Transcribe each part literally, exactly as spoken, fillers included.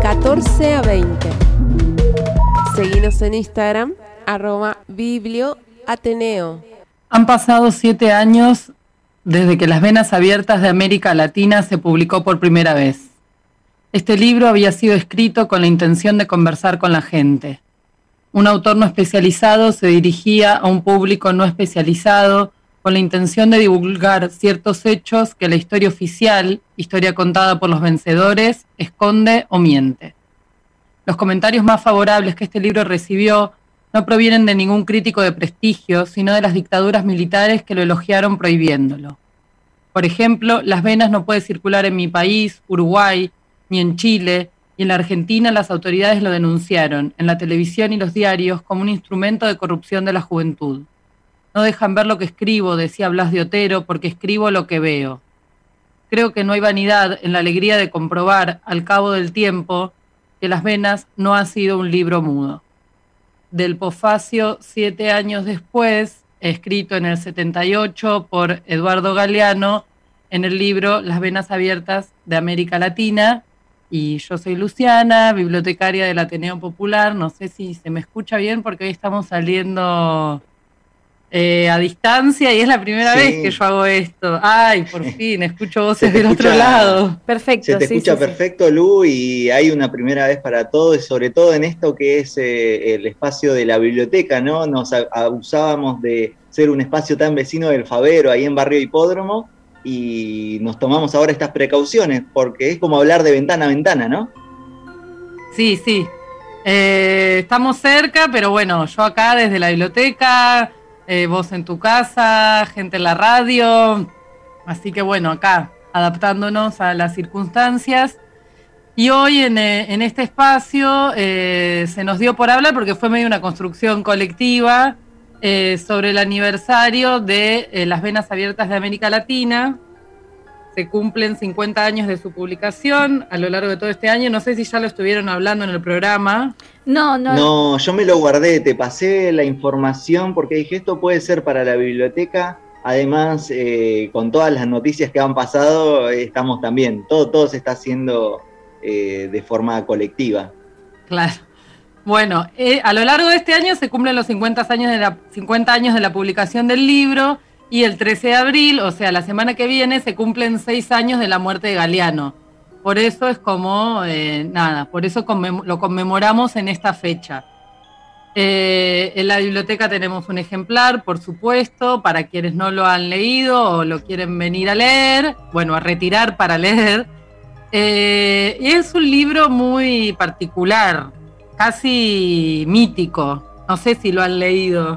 catorce a veinte. Seguinos en Instagram, arroba biblioateneo. Han pasado siete años desde que Las Venas Abiertas de América Latina se publicó por primera vez. Este libro había sido escrito con la intención de conversar con la gente. Un autor no especializado se dirigía a un público no especializado con la intención de divulgar ciertos hechos que la historia oficial, historia contada por los vencedores, esconde o miente. Los comentarios más favorables que este libro recibió no provienen de ningún crítico de prestigio, sino de las dictaduras militares que lo elogiaron prohibiéndolo. Por ejemplo, Las Venas no puede circular en mi país, Uruguay, ni en Chile, y en la Argentina las autoridades lo denunciaron, en la televisión y los diarios, como un instrumento de corrupción de la juventud. No dejan ver lo que escribo, decía Blas de Otero, porque escribo lo que veo. Creo que no hay vanidad en la alegría de comprobar, al cabo del tiempo, que Las Venas no ha sido un libro mudo. Del posfacio, siete años después, escrito en el setenta y ocho por Eduardo Galeano, en el libro Las Venas Abiertas de América Latina. Y yo soy Luciana, bibliotecaria del Ateneo Popular. No sé si se me escucha bien porque hoy estamos saliendo eh, a distancia y es la primera sí. vez que yo hago esto. Ay, por fin, escucho voces del escucha, otro lado. Perfecto. Se te sí, escucha sí, perfecto, sí. Lu, y hay una primera vez para todos, y sobre todo en esto que es eh, el espacio de la biblioteca, ¿no? Nos abusábamos de ser un espacio tan vecino del Favero, ahí en Barrio Hipódromo, y nos tomamos ahora estas precauciones, porque es como hablar de ventana a ventana, ¿no? Sí, sí. Eh, estamos cerca, pero bueno, yo acá desde la biblioteca, eh, vos en tu casa, gente en la radio, así que bueno, acá adaptándonos a las circunstancias. Y hoy en, eh, en este espacio eh, se nos dio por hablar, porque fue medio una construcción colectiva, eh, sobre el aniversario de eh, Las Venas Abiertas de América Latina. Se cumplen cincuenta años de su publicación a lo largo de todo este año. No sé si ya lo estuvieron hablando en el programa. No, no. No, yo me lo guardé, te pasé la información porque dije, esto puede ser para la biblioteca. Además, eh, con todas las noticias que han pasado, eh, estamos también, todo, todo se está haciendo eh, de forma colectiva. Claro. Bueno, eh, a lo largo de este año se cumplen los cincuenta años de la, cincuenta años de la publicación del libro. Y el trece de abril, o sea, la semana que viene, se cumplen seis años de la muerte de Galeano. Por eso es como, eh, nada, por eso conmem- lo conmemoramos en esta fecha. Eh, en la biblioteca tenemos un ejemplar, por supuesto, para quienes no lo han leído o lo quieren venir a leer, bueno, a retirar para leer. Eh, y es un libro muy particular, casi mítico. No sé si lo han leído.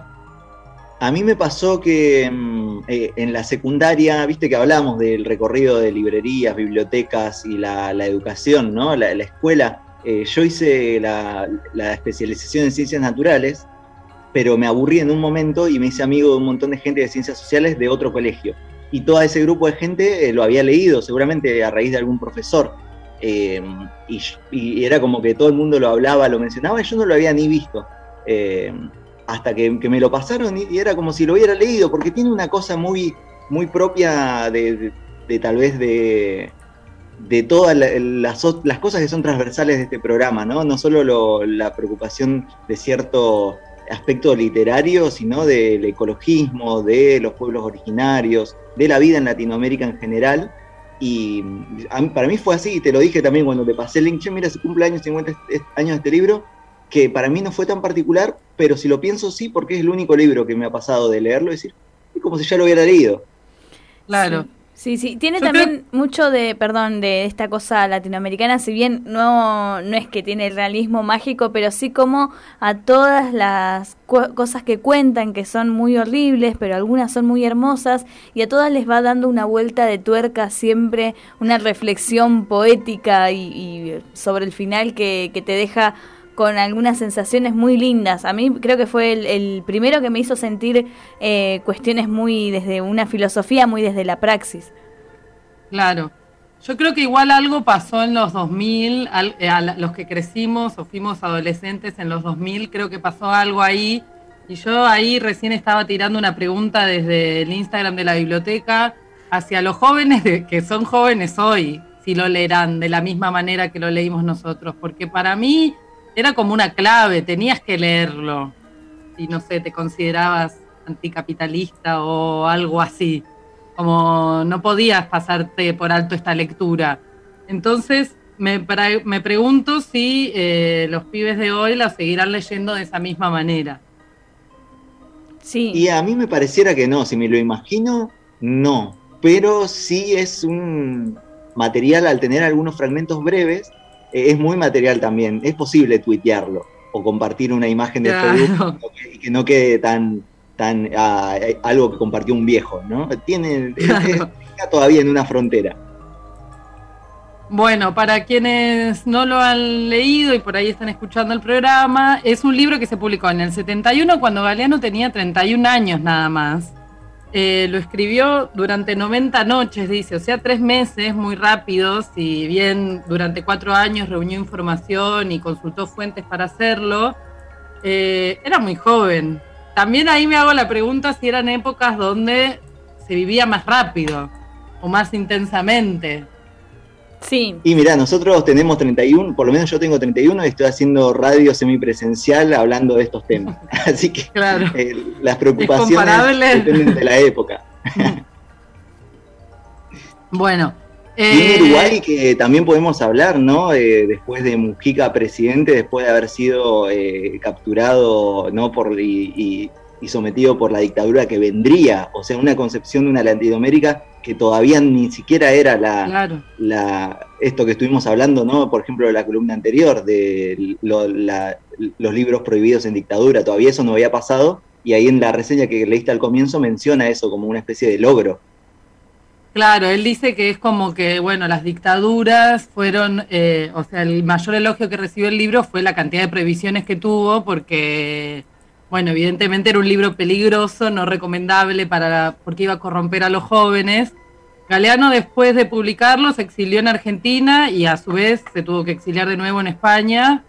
A mí me pasó que eh, en la secundaria, viste que hablamos del recorrido de librerías, bibliotecas y la, la educación, ¿no? La, la escuela. Eh, yo hice la, la especialización en ciencias naturales, pero me aburrí en un momento y me hice amigo de un montón de gente de ciencias sociales de otro colegio. Y todo ese grupo de gente eh, lo había leído, seguramente a raíz de algún profesor. Eh, y, y era como que todo el mundo lo hablaba, lo mencionaba, y yo no lo había ni visto. Eh, hasta que, que me lo pasaron y, y era como si lo hubiera leído, porque tiene una cosa muy, muy propia de, de, de tal vez de, de todas la, las, las cosas que son transversales de este programa, ¿no? No solo lo, la preocupación de cierto aspecto literario, sino del ecologismo, de los pueblos originarios, de la vida en Latinoamérica en general. Y a mí, para mí fue así, y te lo dije también cuando te pasé el link, che, mira, se cumple años, cincuenta años de este libro, que para mí no fue tan particular, pero si lo pienso sí, porque es el único libro que me ha pasado de leerlo, es decir, es como si ya lo hubiera leído. Claro. Sí, sí, sí. Tiene Yo también creo... mucho de, perdón, de esta cosa latinoamericana, si bien no, no es que tiene el realismo mágico, pero sí como a todas las cu- cosas que cuentan, que son muy horribles, pero algunas son muy hermosas, y a todas les va dando una vuelta de tuerca siempre, una reflexión poética y, y sobre el final que, que te deja con algunas sensaciones muy lindas. A mí creo que fue el, el primero que me hizo sentir eh, cuestiones muy desde una filosofía, muy desde la praxis. Claro. Yo creo que igual algo pasó en los dos mil, al, eh, a los que crecimos o fuimos adolescentes en los dos mil, creo que pasó algo ahí. Y yo ahí recién estaba tirando una pregunta desde el Instagram de la biblioteca hacia los jóvenes de, que son jóvenes hoy. si lo leerán de la misma manera que lo leímos nosotros, porque para mí era como una clave, tenías que leerlo, si no sé, te considerabas anticapitalista o algo así, como no podías pasarte por alto esta lectura. Entonces me, pre- me pregunto si eh, los pibes de hoy la seguirán leyendo de esa misma manera. Sí. Y a mí me pareciera que no, si me lo imagino, no. Pero sí es un material, al tener algunos fragmentos breves, eh, es muy material también. Es posible tuitearlo o compartir una imagen de Claro. Facebook y que no quede tan, tan ah, algo que compartió un viejo, ¿no? Tiene, Claro. es- está todavía en una frontera. Bueno, para quienes no lo han leído y por ahí están escuchando el programa, es un libro que se publicó en el setenta y uno cuando Galeano tenía treinta y un años nada más. Eh, lo escribió durante noventa noches, dice, o sea, tres meses muy rápidos, si bien durante cuatro años reunió información y consultó fuentes para hacerlo, eh, era muy joven. También ahí me hago la pregunta si eran épocas donde se vivía más rápido o más intensamente. Sí. Y mirá, nosotros tenemos treinta y uno, por lo menos yo tengo treinta y uno y estoy haciendo radio semipresencial hablando de estos temas. Así que Claro. eh, las preocupaciones comparable. dependen de la época. Bueno. Y en eh, Uruguay que también podemos hablar, ¿no? Eh, después de Mujica presidente, después de haber sido eh, capturado, ¿no? por y, y, y sometido por la dictadura que vendría, o sea, una concepción de una Latinoamérica que todavía ni siquiera era la, Claro. la esto que estuvimos hablando, ¿no? Por ejemplo, de la columna anterior, de lo, la, los libros prohibidos en dictadura, todavía eso no había pasado, y ahí en la reseña que leíste al comienzo menciona eso como una especie de logro. Claro, él dice que es como que, bueno, las dictaduras fueron, eh, o sea, el mayor elogio que recibió el libro fue la cantidad de prohibiciones que tuvo, porque, bueno, evidentemente era un libro peligroso, no recomendable para, porque iba a corromper a los jóvenes. Galeano, después de publicarlo, se exilió en Argentina y a su vez se tuvo que exiliar de nuevo en España.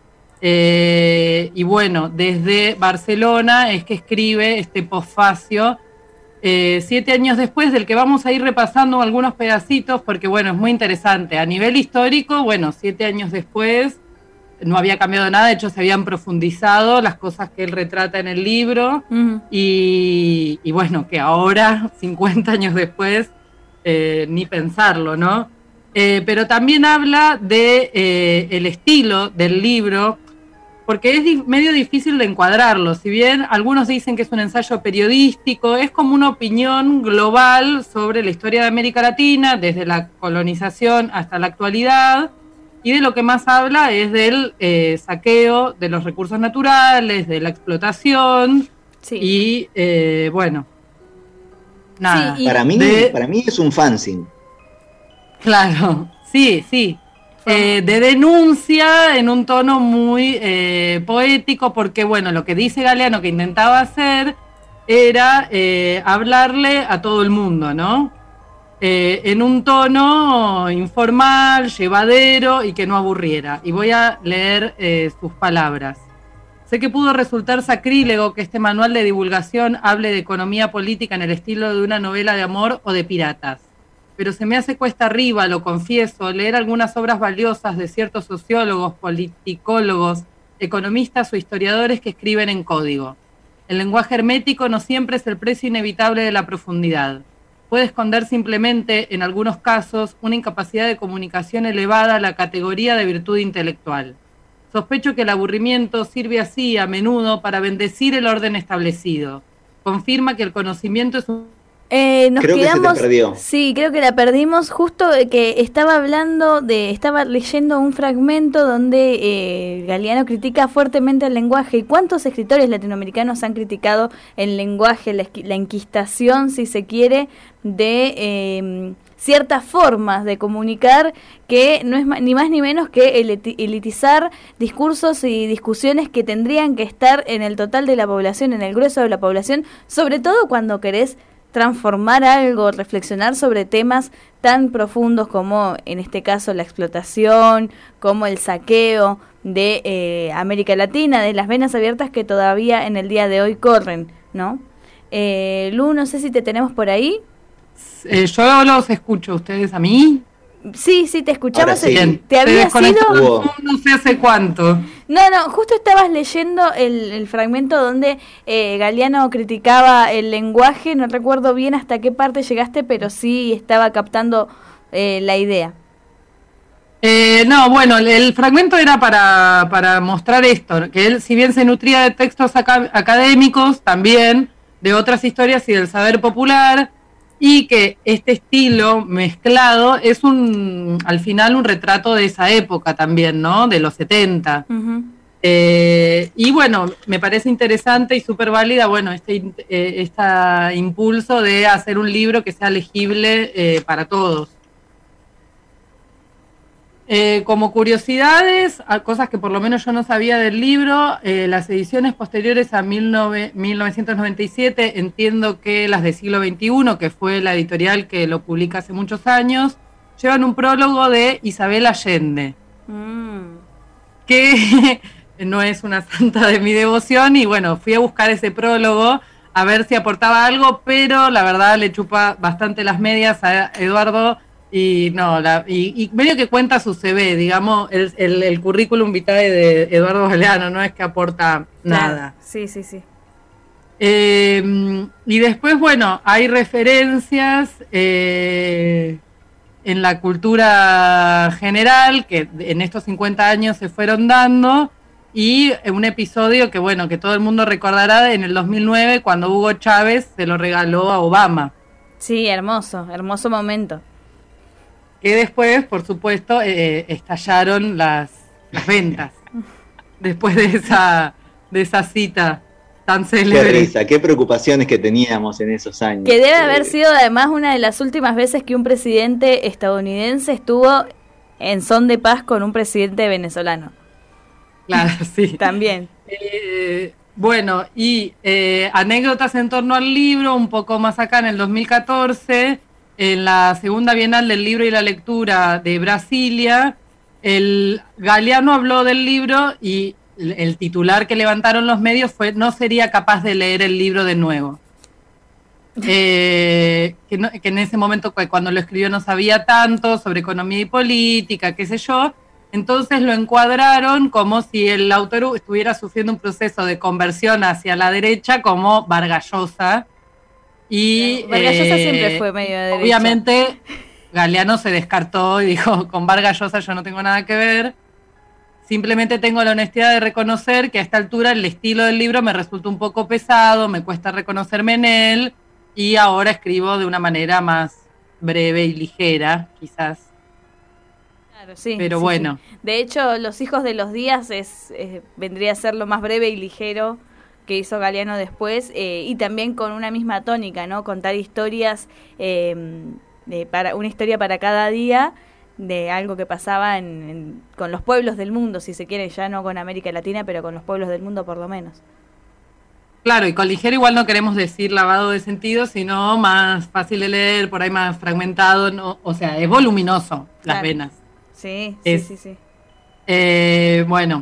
Eh, y bueno, desde Barcelona es que escribe este posfacio, Eh, siete años después, del que vamos a ir repasando algunos pedacitos, porque bueno, es muy interesante. A nivel histórico, bueno, siete años después no había cambiado nada, de hecho se habían profundizado las cosas que él retrata en el libro, Uh-huh. y, y bueno, que ahora, cincuenta años después, eh, ni pensarlo, ¿no? Eh, pero también habla de eh, el estilo del libro, porque es di- medio difícil de encuadrarlo. Si bien algunos dicen que es un ensayo periodístico, es como una opinión global sobre la historia de América Latina, desde la colonización hasta la actualidad, y de lo que más habla es del eh, saqueo de los recursos naturales, de la explotación, Sí. y eh, bueno, nada. Sí, y- Para mí, De- para mí es un fanzine. Claro, sí, sí. Eh, de denuncia en un tono muy eh, poético, porque bueno, lo que dice Galeano que intentaba hacer era eh, hablarle a todo el mundo, ¿no? Eh, en un tono informal, llevadero y que no aburriera. Y voy a leer eh, sus palabras. Sé que pudo resultar sacrílego que este manual de divulgación hable de economía política en el estilo de una novela de amor o de piratas. Pero se me hace cuesta arriba, lo confieso, leer algunas obras valiosas de ciertos sociólogos, politicólogos, economistas o historiadores que escriben en código. El lenguaje hermético no siempre es el precio inevitable de la profundidad. Puede esconder simplemente, en algunos casos, una incapacidad de comunicación elevada a la categoría de virtud intelectual. Sospecho que el aburrimiento sirve así, a menudo, para bendecir el orden establecido. Confirma que el conocimiento es un... Eh, nos Creo que se te quedamos, perdió. sí, creo que la perdimos justo de que estaba hablando de, estaba leyendo un fragmento donde eh, Galeano critica fuertemente el lenguaje. ¿Y cuántos escritores latinoamericanos han criticado el lenguaje, la, esqui- la enquistación, si se quiere, de eh, ciertas formas de comunicar que no es ma- ni más ni menos que eliti- elitizar discursos y discusiones que tendrían que estar en el total de la población, en el grueso de la población, sobre todo cuando querés transformar algo, reflexionar sobre temas tan profundos como en este caso la explotación, como el saqueo de eh, América Latina, de las venas abiertas que todavía en el día de hoy corren, ¿no? Eh, Lu, no sé si te tenemos por ahí. Eh, yo los escucho, ¿ustedes a mí? Sí, sí, te escuchamos. Sí. El, te había sido... No sé hace cuánto. No, no, justo estabas leyendo el, el fragmento donde eh, Galeano criticaba el lenguaje, no recuerdo bien hasta qué parte llegaste, pero sí estaba captando eh, la idea. Eh, no, bueno, el, el fragmento era para, para mostrar esto, que él, si bien se nutría de textos acá, académicos, también de otras historias y del saber popular, y que este estilo mezclado es un, al final, un retrato de esa época también, ¿no? De los setenta. Uh-huh. Eh, y bueno, me parece interesante y súper válida, bueno, este, eh, este impulso de hacer un libro que sea legible eh, para todos. Eh, como curiosidades, cosas que por lo menos yo no sabía del libro, eh, las ediciones posteriores a mil novecientos noventa y siete, entiendo que las de siglo veintiuno, que fue la editorial que lo publica hace muchos años, llevan un prólogo de Isabel Allende, mm. que no es una santa de mi devoción, y bueno, fui a buscar ese prólogo a ver si aportaba algo, pero la verdad le chupa bastante las medias a Eduardo. Y no, la, y, y medio que cuenta su C V, digamos, el, el, el currículum vitae de Eduardo Galeano, no es que aporta nada. Claro. Sí, sí, sí. Eh, y después, bueno, hay referencias eh, en la cultura general que en estos cincuenta años se fueron dando, y un episodio que, bueno, que todo el mundo recordará en el dos mil nueve, cuando Hugo Chávez se lo regaló a Obama. Sí, hermoso, hermoso momento. Que después, por supuesto, eh, estallaron las, las ventas después de esa de esa cita tan célebre. Qué risa, qué preocupaciones que teníamos en esos años. Que debe haber sido además una de las últimas veces que un presidente estadounidense estuvo en son de paz con un presidente venezolano. Claro, sí. También. Eh, bueno, y eh, anécdotas en torno al libro, un poco más acá en el dos mil catorce... En la segunda Bienal del Libro y la Lectura de Brasilia, el Galeano habló del libro y el titular que levantaron los medios fue: no sería capaz de leer el libro de nuevo. Eh, que, no, que en ese momento, cuando lo escribió, no sabía tanto sobre economía y política, qué sé yo. Entonces lo encuadraron como si el autor estuviera sufriendo un proceso de conversión hacia la derecha, como Vargas Llosa. Y Vargas Llosa eh, siempre fue medio de derecha. Obviamente Galeano se descartó y dijo: con Vargas Llosa yo no tengo nada que ver, simplemente tengo la honestidad de reconocer que a esta altura el estilo del libro me resulta un poco pesado, me cuesta reconocerme en él, y ahora escribo de una manera más breve y ligera, quizás. Claro, sí. Pero sí, bueno. Sí. De hecho, Los Hijos de los Días es, es vendría a ser lo más breve y ligero que hizo Galeano después, eh, y también con una misma tónica, ¿no? Contar historias, eh, de, para una historia para cada día de algo que pasaba en, en, con los pueblos del mundo, si se quiere, ya no con América Latina, pero con los pueblos del mundo por lo menos. Claro, y con ligero igual no queremos decir lavado de sentido, sino más fácil de leer, por ahí más fragmentado, ¿no? O sea, es voluminoso, las claro. venas. Sí, es, sí, sí, sí. Eh, bueno...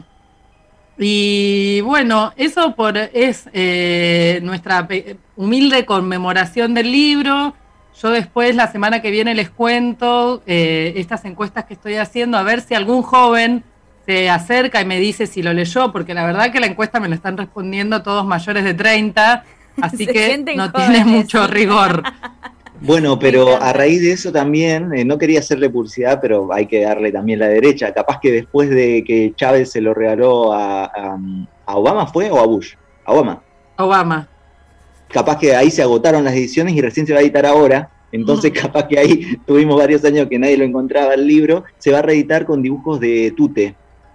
Y bueno, eso por es eh, nuestra humilde conmemoración del libro. Yo después, la semana que viene, les cuento eh, estas encuestas que estoy haciendo, a ver si algún joven se acerca y me dice si lo leyó, porque la verdad que la encuesta me la están respondiendo todos mayores de treinta, así que no jóvenes. Tiene mucho rigor. Bueno, pero a raíz de eso también, eh, no quería hacerle publicidad, pero hay que darle también la derecha. Capaz que después de que Chávez se lo regaló a, a, a Obama, ¿fue? ¿O a Bush? A Obama. Obama. Capaz que ahí se agotaron las ediciones y recién se va a editar ahora. Entonces, mm. capaz que ahí tuvimos varios años que nadie lo encontraba el libro. Se va a reeditar con dibujos de Tute.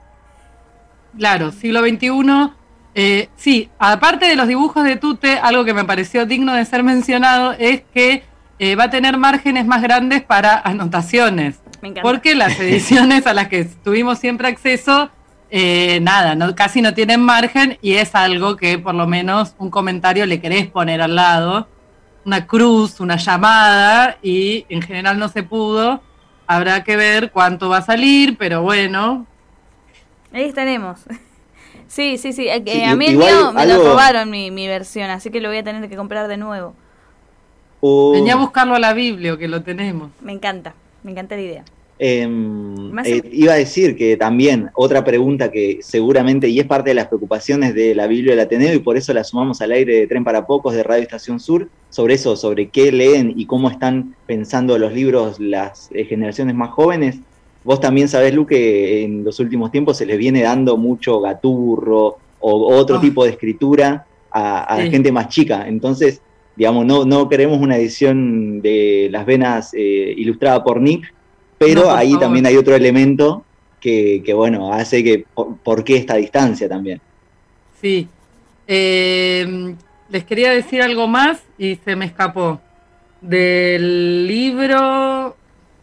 Claro, siglo veintiuno. Eh, sí, aparte de los dibujos de Tute, algo que me pareció digno de ser mencionado es que Eh, va a tener márgenes más grandes para anotaciones. Me encanta. Porque las ediciones a las que tuvimos siempre acceso, eh, nada, no, casi no tienen margen, y es algo que por lo menos un comentario le querés poner al lado, una cruz, una llamada, y en general no se pudo. Habrá que ver cuánto va a salir, pero bueno. Ahí estaremos. Sí, sí, sí. Eh, sí a mí el mío me algo... lo robaron mi, mi versión, así que lo voy a tener que comprar de nuevo. Oh. Venía a buscarlo a la Biblia, que lo tenemos. Me encanta, me encanta la idea. Eh, eh, iba a decir que también otra pregunta que seguramente, y es parte de las preocupaciones de la Biblia del Ateneo, y por eso la sumamos al aire de Tren para Pocos de Radio Estación Sur, sobre eso, sobre qué leen y cómo están pensando los libros las eh, generaciones más jóvenes. Vos también sabés, Lu, que en los últimos tiempos se les viene dando mucho gaturro o otro oh. tipo de escritura a, a sí. la gente más chica. Entonces, digamos, no, no queremos una edición de Las Venas eh, ilustrada por Nick, pero no, ahí favor. También hay otro elemento que, que bueno, hace que, por, ¿por qué esta distancia también? Sí. Eh, les quería decir algo más y se me escapó. Del libro...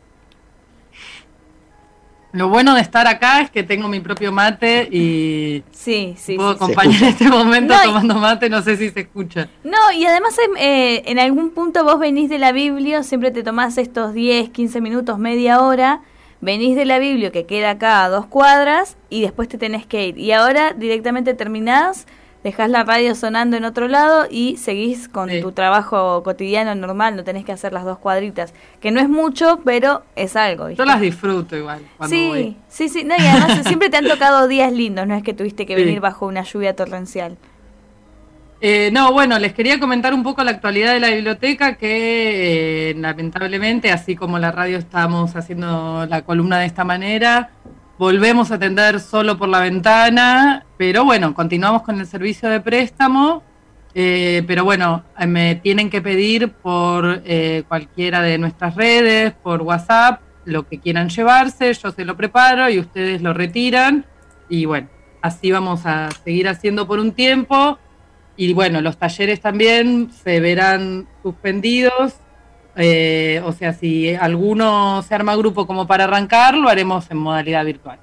Lo bueno de estar acá es que tengo mi propio mate y sí, sí, puedo sí, acompañar en este momento no, tomando mate, no sé si se escucha. No, y además eh, en algún punto vos venís de la Biblia, siempre te tomás estos diez, quince minutos, media hora, venís de la Biblia que queda acá a dos cuadras y después te tenés que ir. Y ahora directamente terminás, dejás la radio sonando en otro lado y seguís con sí. tu trabajo cotidiano normal, no tenés que hacer las dos cuadritas, que no es mucho, pero es algo, ¿viste? Yo las disfruto igual cuando sí, voy. Sí, sí, no, y además siempre te han tocado días lindos, no es que tuviste que venir sí. bajo una lluvia torrencial. Eh, no, bueno, les quería comentar un poco la actualidad de la biblioteca, que eh, lamentablemente, así como la radio estamos haciendo la columna de esta manera, volvemos a atender solo por la ventana, pero bueno, continuamos con el servicio de préstamo, eh, pero bueno, me tienen que pedir por eh, cualquiera de nuestras redes, por WhatsApp, lo que quieran llevarse, yo se lo preparo y ustedes lo retiran, y bueno, así vamos a seguir haciendo por un tiempo, y bueno, los talleres también se verán suspendidos. Eh, o sea, si alguno se arma grupo como para arrancar, lo haremos en modalidad virtual.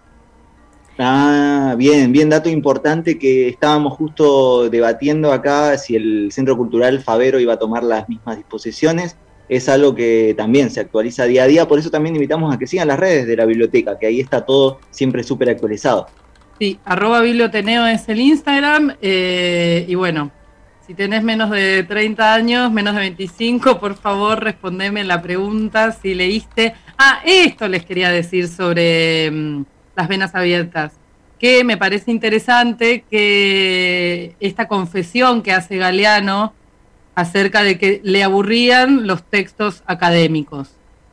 Ah, bien, bien, dato importante que estábamos justo debatiendo acá si el Centro Cultural Favero iba a tomar las mismas disposiciones. Es algo que también se actualiza día a día, por eso también invitamos a que sigan las redes de la biblioteca, que ahí está todo siempre súper actualizado. Sí, arroba biblioteneo es el Instagram, eh, y bueno, si tenés menos de treinta años, menos de veinticinco, por favor, respondeme la pregunta si leíste. Ah, esto les quería decir sobre um, Las Venas Abiertas, que me parece interesante que esta confesión que hace Galeano acerca de que le aburrían los textos académicos.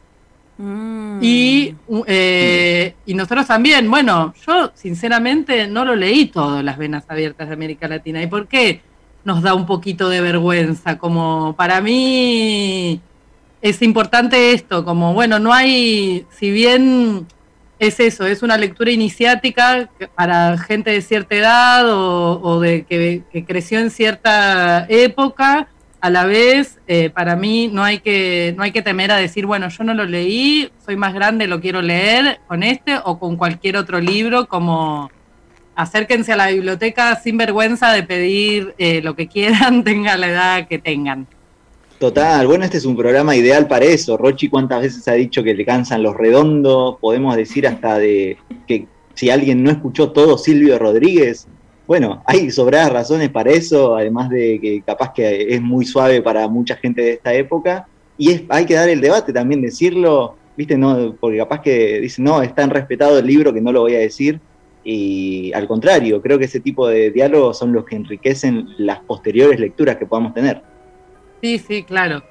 Mm. Y, eh, y nosotros también, bueno, yo sinceramente no lo leí todo, Las Venas Abiertas de América Latina. ¿Y por qué nos da un poquito de vergüenza? Como para mí es importante esto, como bueno, no hay, si bien es eso, es una lectura iniciática para gente de cierta edad o, o de que, que creció en cierta época, a la vez, eh, para mí no hay que no hay que temer a decir, bueno, yo no lo leí, soy más grande, lo quiero leer con este o con cualquier otro libro, como acérquense a la biblioteca sin vergüenza de pedir eh, lo que quieran, tengan la edad que tengan. Total, bueno, este es un programa ideal para eso. Rochi, ¿cuántas veces ha dicho que le cansan los redondos? Podemos decir hasta de que si alguien no escuchó todo Silvio Rodríguez, bueno, hay sobradas razones para eso, además de que capaz que es muy suave para mucha gente de esta época, y es, hay que dar el debate también, decirlo, viste, no, porque capaz que dicen, no, es tan respetado el libro que no lo voy a decir, y al contrario, creo que ese tipo de diálogos son los que enriquecen las posteriores lecturas que podamos tener. Sí, sí, claro.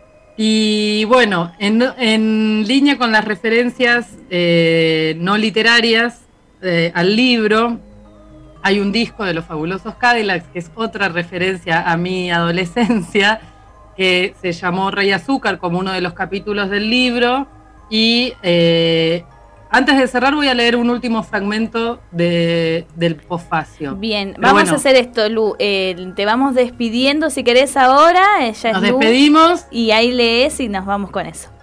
Y bueno, en, en línea con las referencias eh, no literarias eh, al libro, hay un disco de Los Fabulosos Cadillacs, que es otra referencia a mi adolescencia, que se llamó Rey Azúcar, como uno de los capítulos del libro. Y eh, antes de cerrar voy a leer un último fragmento de, del posfacio. Bien, Pero vamos bueno, a hacer esto, Lu. Eh, te vamos despidiendo, si querés ahora. Ella nos es Lu, despedimos. Y ahí lees y nos vamos con eso.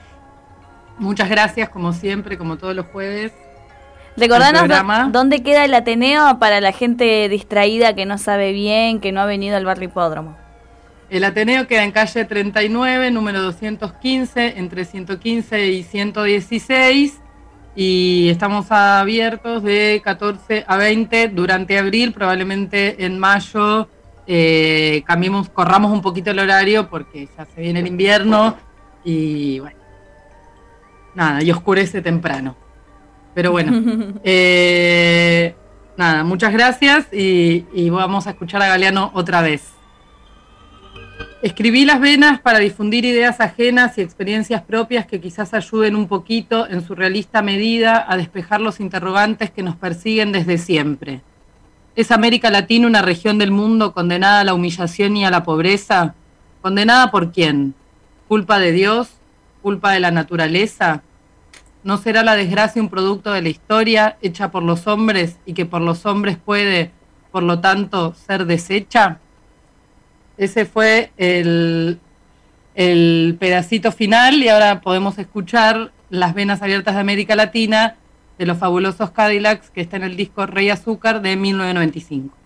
Muchas gracias, como siempre, como todos los jueves. Recordanos dónde queda el Ateneo para la gente distraída que no sabe bien, que no ha venido al barrio Hipódromo. El Ateneo queda en calle treinta y nueve, número doscientos quince, entre ciento quince y ciento dieciséis, y estamos abiertos de catorce a veinte durante abril. Probablemente en mayo eh, cambiemos, corramos un poquito el horario porque ya se viene el invierno y bueno. nada, y oscurece temprano. Pero bueno, eh, nada, muchas gracias y, y vamos a escuchar a Galeano otra vez. Escribí Las Venas para difundir ideas ajenas y experiencias propias que quizás ayuden un poquito, en su realista medida, a despejar los interrogantes que nos persiguen desde siempre. ¿Es América Latina una región del mundo condenada a la humillación y a la pobreza? ¿Condenada por quién? ¿Culpa de Dios? ¿Culpa de la naturaleza? ¿No será la desgracia un producto de la historia, hecha por los hombres y que por los hombres puede, por lo tanto, ser deshecha? Ese fue el, el pedacito final y ahora podemos escuchar Las Venas Abiertas de América Latina de los Fabulosos Cadillacs, que está en el disco Rey Azúcar de mil novecientos noventa y cinco.